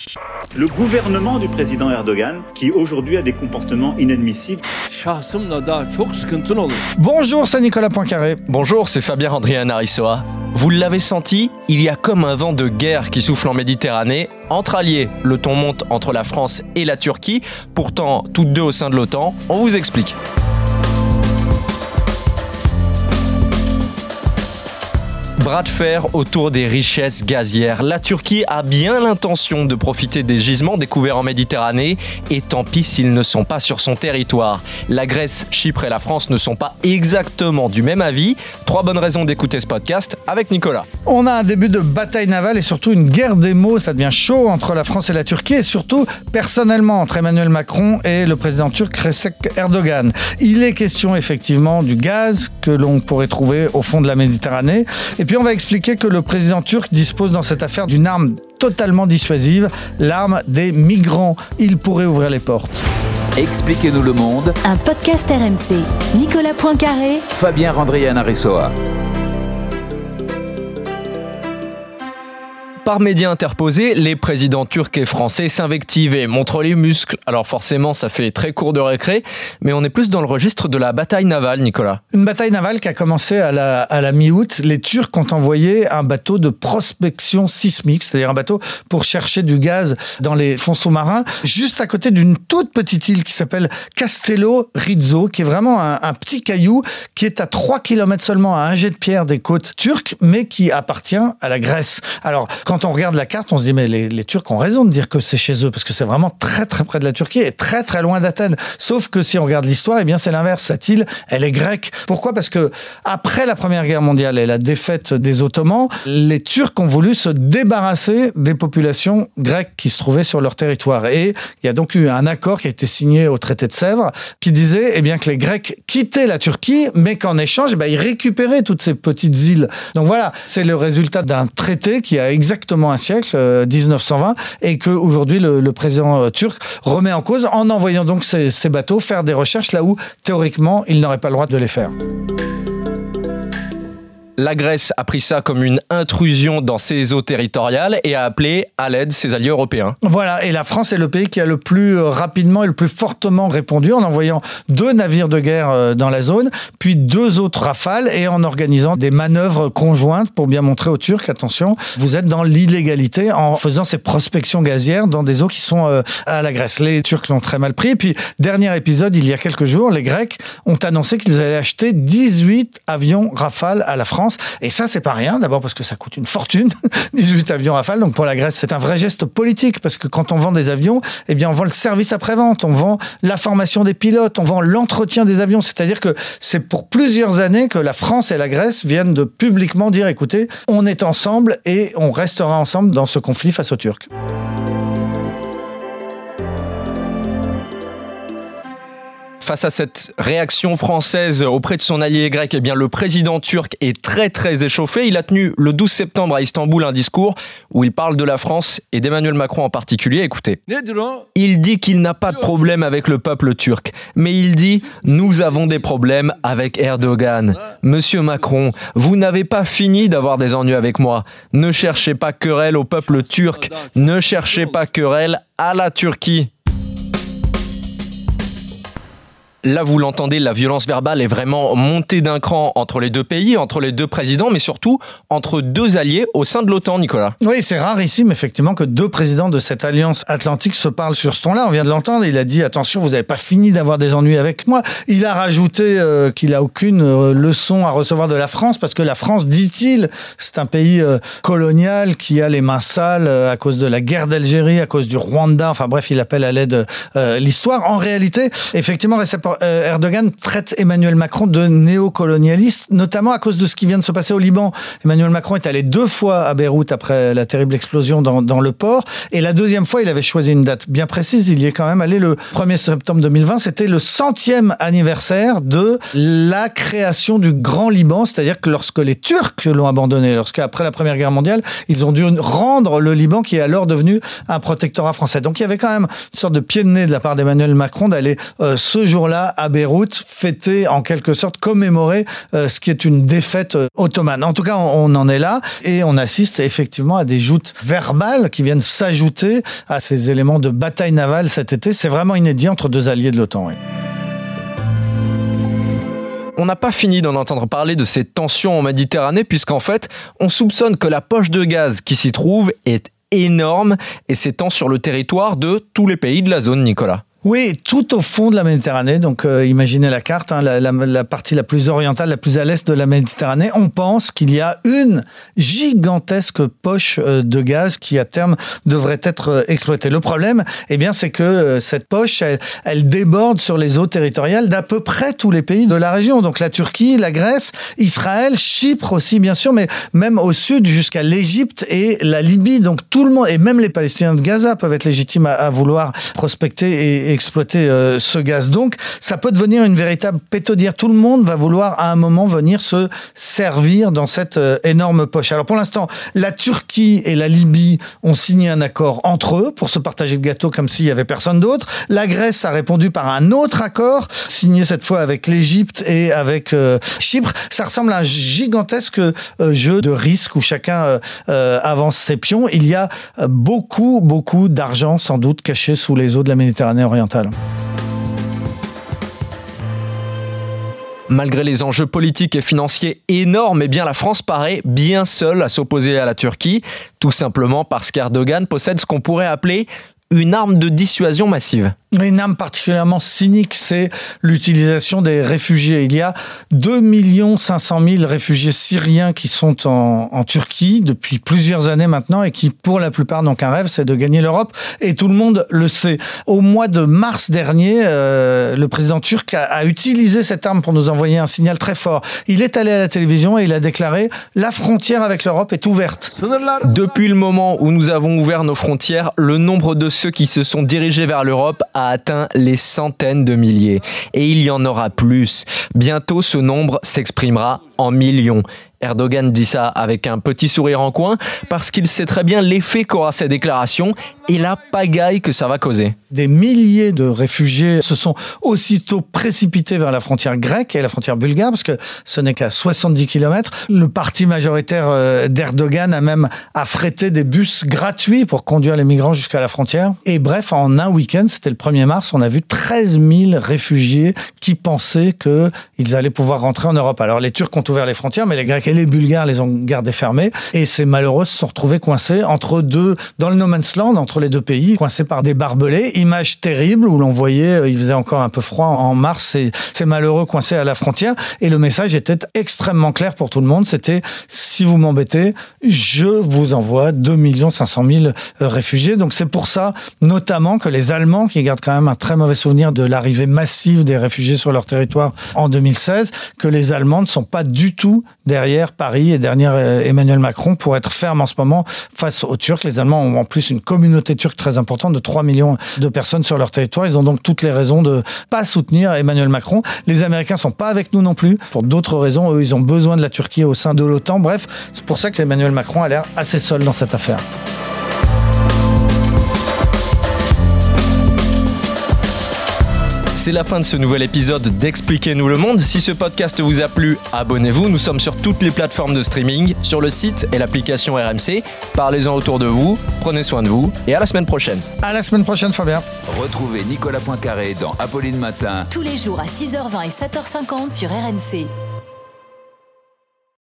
Le gouvernement du président Erdogan, qui aujourd'hui a des comportements inadmissibles. Bonjour, c'est Nicolas Poincaré. Bonjour, c'est Fabien Andrian Arissoa. Vous l'avez senti, il y a comme un vent de guerre qui souffle en Méditerranée. Entre alliés, le ton monte entre la France et la Turquie, pourtant toutes deux au sein de l'OTAN. On vous explique. Bras de fer autour des richesses gazières. La Turquie a bien l'intention de profiter des gisements découverts en Méditerranée, et tant pis s'ils ne sont pas sur son territoire. La Grèce, Chypre et la France ne sont pas exactement du même avis. 3 bonnes raisons d'écouter ce podcast avec Nicolas. On a un début de bataille navale et surtout une guerre des mots. Ça devient chaud entre la France et la Turquie et surtout personnellement entre Emmanuel Macron et le président turc Recep Erdogan. Il est question effectivement du gaz que l'on pourrait trouver au fond de la Méditerranée. Et puis on va expliquer que le président turc dispose dans cette affaire d'une arme totalement dissuasive, l'arme des migrants. Il pourrait ouvrir les portes. Expliquez-nous le monde. Un podcast RMC. Nicolas Poincaré. Fabien Andrian Arissoa. Par médias interposés, les présidents turcs et français s'invectivent et montrent les muscles. Alors forcément, ça fait très court de récré, mais on est plus dans le registre de la bataille navale, Nicolas. Une bataille navale qui a commencé à la mi-août. Les Turcs ont envoyé un bateau de prospection sismique, c'est-à-dire un bateau pour chercher du gaz dans les fonds sous-marins, juste à côté d'une toute petite île qui s'appelle Castello Rizzo, qui est vraiment un petit caillou qui est à 3 km seulement à un jet de pierre des côtes turques, mais qui appartient à la Grèce. Alors, quand on regarde la carte, on se dit mais les Turcs ont raison de dire que c'est chez eux parce que c'est vraiment très très près de la Turquie et très très loin d'Athènes. Sauf que si on regarde l'histoire, eh bien c'est l'inverse. Cette île, elle est grecque. Pourquoi ? Parce que après la Première Guerre mondiale et la défaite des Ottomans, les Turcs ont voulu se débarrasser des populations grecques qui se trouvaient sur leur territoire. Et il y a donc eu un accord qui a été signé au traité de Sèvres qui disait eh bien que les Grecs quittaient la Turquie, mais qu'en échange, ils récupéraient toutes ces petites îles. Donc voilà, c'est le résultat d'un traité qui a exactement un siècle, 1920, et qu'aujourd'hui le président turc remet en cause en envoyant donc ces bateaux faire des recherches là où théoriquement il n'aurait pas le droit de les faire. La Grèce a pris ça comme une intrusion dans ses eaux territoriales et a appelé à l'aide ses alliés européens. Voilà, et la France est le pays qui a le plus rapidement et le plus fortement répondu en envoyant 2 navires de guerre dans la zone, puis 2 autres Rafales et en organisant des manœuvres conjointes pour bien montrer aux Turcs, attention, vous êtes dans l'illégalité en faisant ces prospections gazières dans des eaux qui sont à la Grèce. Les Turcs l'ont très mal pris. Et puis, dernier épisode, il y a quelques jours, les Grecs ont annoncé qu'ils allaient acheter 18 avions Rafale à la France. Et ça, c'est pas rien. D'abord parce que ça coûte une fortune, 18 avions Rafale. Donc pour la Grèce, c'est un vrai geste politique parce que quand on vend des avions, eh bien on vend le service après-vente, on vend la formation des pilotes, on vend l'entretien des avions. C'est-à-dire que c'est pour plusieurs années que la France et la Grèce viennent de publiquement dire écoutez, on est ensemble et on restera ensemble dans ce conflit face aux Turcs. Face à cette réaction française auprès de son allié grec, eh bien le président turc est très très échauffé. Il a tenu le 12 septembre à Istanbul un discours où il parle de la France et d'Emmanuel Macron en particulier. Écoutez, il dit qu'il n'a pas de problème avec le peuple turc, mais il dit « Nous avons des problèmes avec Erdogan. Monsieur Macron, vous n'avez pas fini d'avoir des ennuis avec moi. Ne cherchez pas querelle au peuple turc, ne cherchez pas querelle à la Turquie. » Là, vous l'entendez, la violence verbale est vraiment montée d'un cran entre les deux pays, entre les deux présidents, mais surtout entre 2 alliés au sein de l'OTAN, Nicolas. Oui, c'est rarissime, effectivement, que 2 présidents de cette alliance atlantique se parlent sur ce ton-là. On vient de l'entendre, il a dit « Attention, vous n'avez pas fini d'avoir des ennuis avec moi ». Il a rajouté qu'il n'a aucune leçon à recevoir de la France, parce que la France, dit-il, c'est un pays colonial qui a les mains sales à cause de la guerre d'Algérie, à cause du Rwanda. Enfin bref, il appelle à l'aide l'histoire. En réalité, effectivement, Erdogan traite Emmanuel Macron de néocolonialiste, notamment à cause de ce qui vient de se passer au Liban. Emmanuel Macron est allé 2 fois à Beyrouth après la terrible explosion dans le port, et la 2e fois, il avait choisi une date bien précise. Il y est quand même allé le 1er septembre 2020. C'était le 100e anniversaire de la création du Grand Liban, c'est-à-dire que lorsque les Turcs l'ont abandonné, lorsqu'après la Première Guerre mondiale, ils ont dû rendre le Liban, qui est alors devenu un protectorat français. Donc il y avait quand même une sorte de pied de nez de la part d'Emmanuel Macron d'aller ce jour-là va à Beyrouth fêter, en quelque sorte, commémorer ce qui est une défaite ottomane. En tout cas, on en est là et on assiste effectivement à des joutes verbales qui viennent s'ajouter à ces éléments de bataille navale cet été. C'est vraiment inédit entre deux alliés de l'OTAN. Oui. On n'a pas fini d'en entendre parler de ces tensions en Méditerranée puisqu'en fait, on soupçonne que la poche de gaz qui s'y trouve est énorme et s'étend sur le territoire de tous les pays de la zone, Nicolas. Oui, tout au fond de la Méditerranée. Donc, imaginez la carte, la partie la plus orientale, la plus à l'est de la Méditerranée. On pense qu'il y a une gigantesque poche de gaz qui, à terme, devrait être exploitée. Le problème, c'est que cette poche, elle déborde sur les eaux territoriales d'à peu près tous les pays de la région. Donc, la Turquie, la Grèce, Israël, Chypre aussi, bien sûr, mais même au sud jusqu'à l'Égypte et la Libye. Donc, tout le monde, et même les Palestiniens de Gaza peuvent être légitimes à vouloir prospecter et exploiter ce gaz. Donc, ça peut devenir une véritable pétaudière. Tout le monde va vouloir à un moment venir se servir dans cette énorme poche. Alors pour l'instant, la Turquie et la Libye ont signé un accord entre eux pour se partager le gâteau comme s'il y avait personne d'autre. La Grèce a répondu par un autre accord, signé cette fois avec l'Égypte et avec Chypre. Ça ressemble à un gigantesque jeu de risque où chacun avance ses pions. Il y a beaucoup d'argent sans doute caché sous les eaux de la Méditerranée orientale. Malgré les enjeux politiques et financiers énormes, la France paraît bien seule à s'opposer à la Turquie, tout simplement parce qu'Erdogan possède ce qu'on pourrait appeler une arme de dissuasion massive. Une arme particulièrement cynique, c'est l'utilisation des réfugiés. Il y a 2 500 000 réfugiés syriens qui sont en Turquie depuis plusieurs années maintenant et qui, pour la plupart, n'ont qu'un rêve, c'est de gagner l'Europe. Et tout le monde le sait. Au mois de mars dernier, le président turc a utilisé cette arme pour nous envoyer un signal très fort. Il est allé à la télévision et il a déclaré « La frontière avec l'Europe est ouverte ». Depuis le moment où nous avons ouvert nos frontières, le nombre de ceux qui se sont dirigés vers l'Europe a atteint les centaines de milliers. Et il y en aura plus. Bientôt, ce nombre s'exprimera en millions. Erdogan dit ça avec un petit sourire en coin parce qu'il sait très bien l'effet qu'aura ces déclarations et la pagaille que ça va causer. Des milliers de réfugiés se sont aussitôt précipités vers la frontière grecque et la frontière bulgare parce que ce n'est qu'à 70 km. Le parti majoritaire d'Erdogan a même affrété des bus gratuits pour conduire les migrants jusqu'à la frontière. Et bref, en un week-end, c'était le 1er mars, on a vu 13 000 réfugiés qui pensaient qu'ils allaient pouvoir rentrer en Europe. Alors les Turcs ont ouvert les frontières, mais les Grecs et les Bulgares les ont gardées fermées. Et ces malheureux se sont retrouvés coincés dans le no man's land, entre les deux pays, coincés par des barbelés. Image terrible où l'on voyait, il faisait encore un peu froid en mars, ces malheureux coincés à la frontière. Et le message était extrêmement clair pour tout le monde. C'était, si vous m'embêtez, je vous envoie 2 500 000 réfugiés. Donc c'est pour ça, notamment, que les Allemands, qui gardent quand même un très mauvais souvenir de l'arrivée massive des réfugiés sur leur territoire en 2016, que les Allemands ne sont pas du tout derrière Paris et derrière Emmanuel Macron pour être ferme en ce moment face aux Turcs. Les Allemands ont en plus une communauté turque très importante de 3 millions de personnes sur leur territoire. Ils ont donc toutes les raisons de pas soutenir Emmanuel Macron. Les Américains sont pas avec nous non plus. Pour d'autres raisons, eux, ils ont besoin de la Turquie au sein de l'OTAN. Bref, c'est pour ça qu'Emmanuel Macron a l'air assez seul dans cette affaire. C'est la fin de ce nouvel épisode d'Expliquez-nous le monde. Si ce podcast vous a plu, abonnez-vous. Nous sommes sur toutes les plateformes de streaming, sur le site et l'application RMC. Parlez-en autour de vous, prenez soin de vous et à la semaine prochaine. À la semaine prochaine, Fabien. Retrouvez Nicolas Poincaré dans Apolline Matin. Tous les jours à 6h20 et 7h50 sur RMC.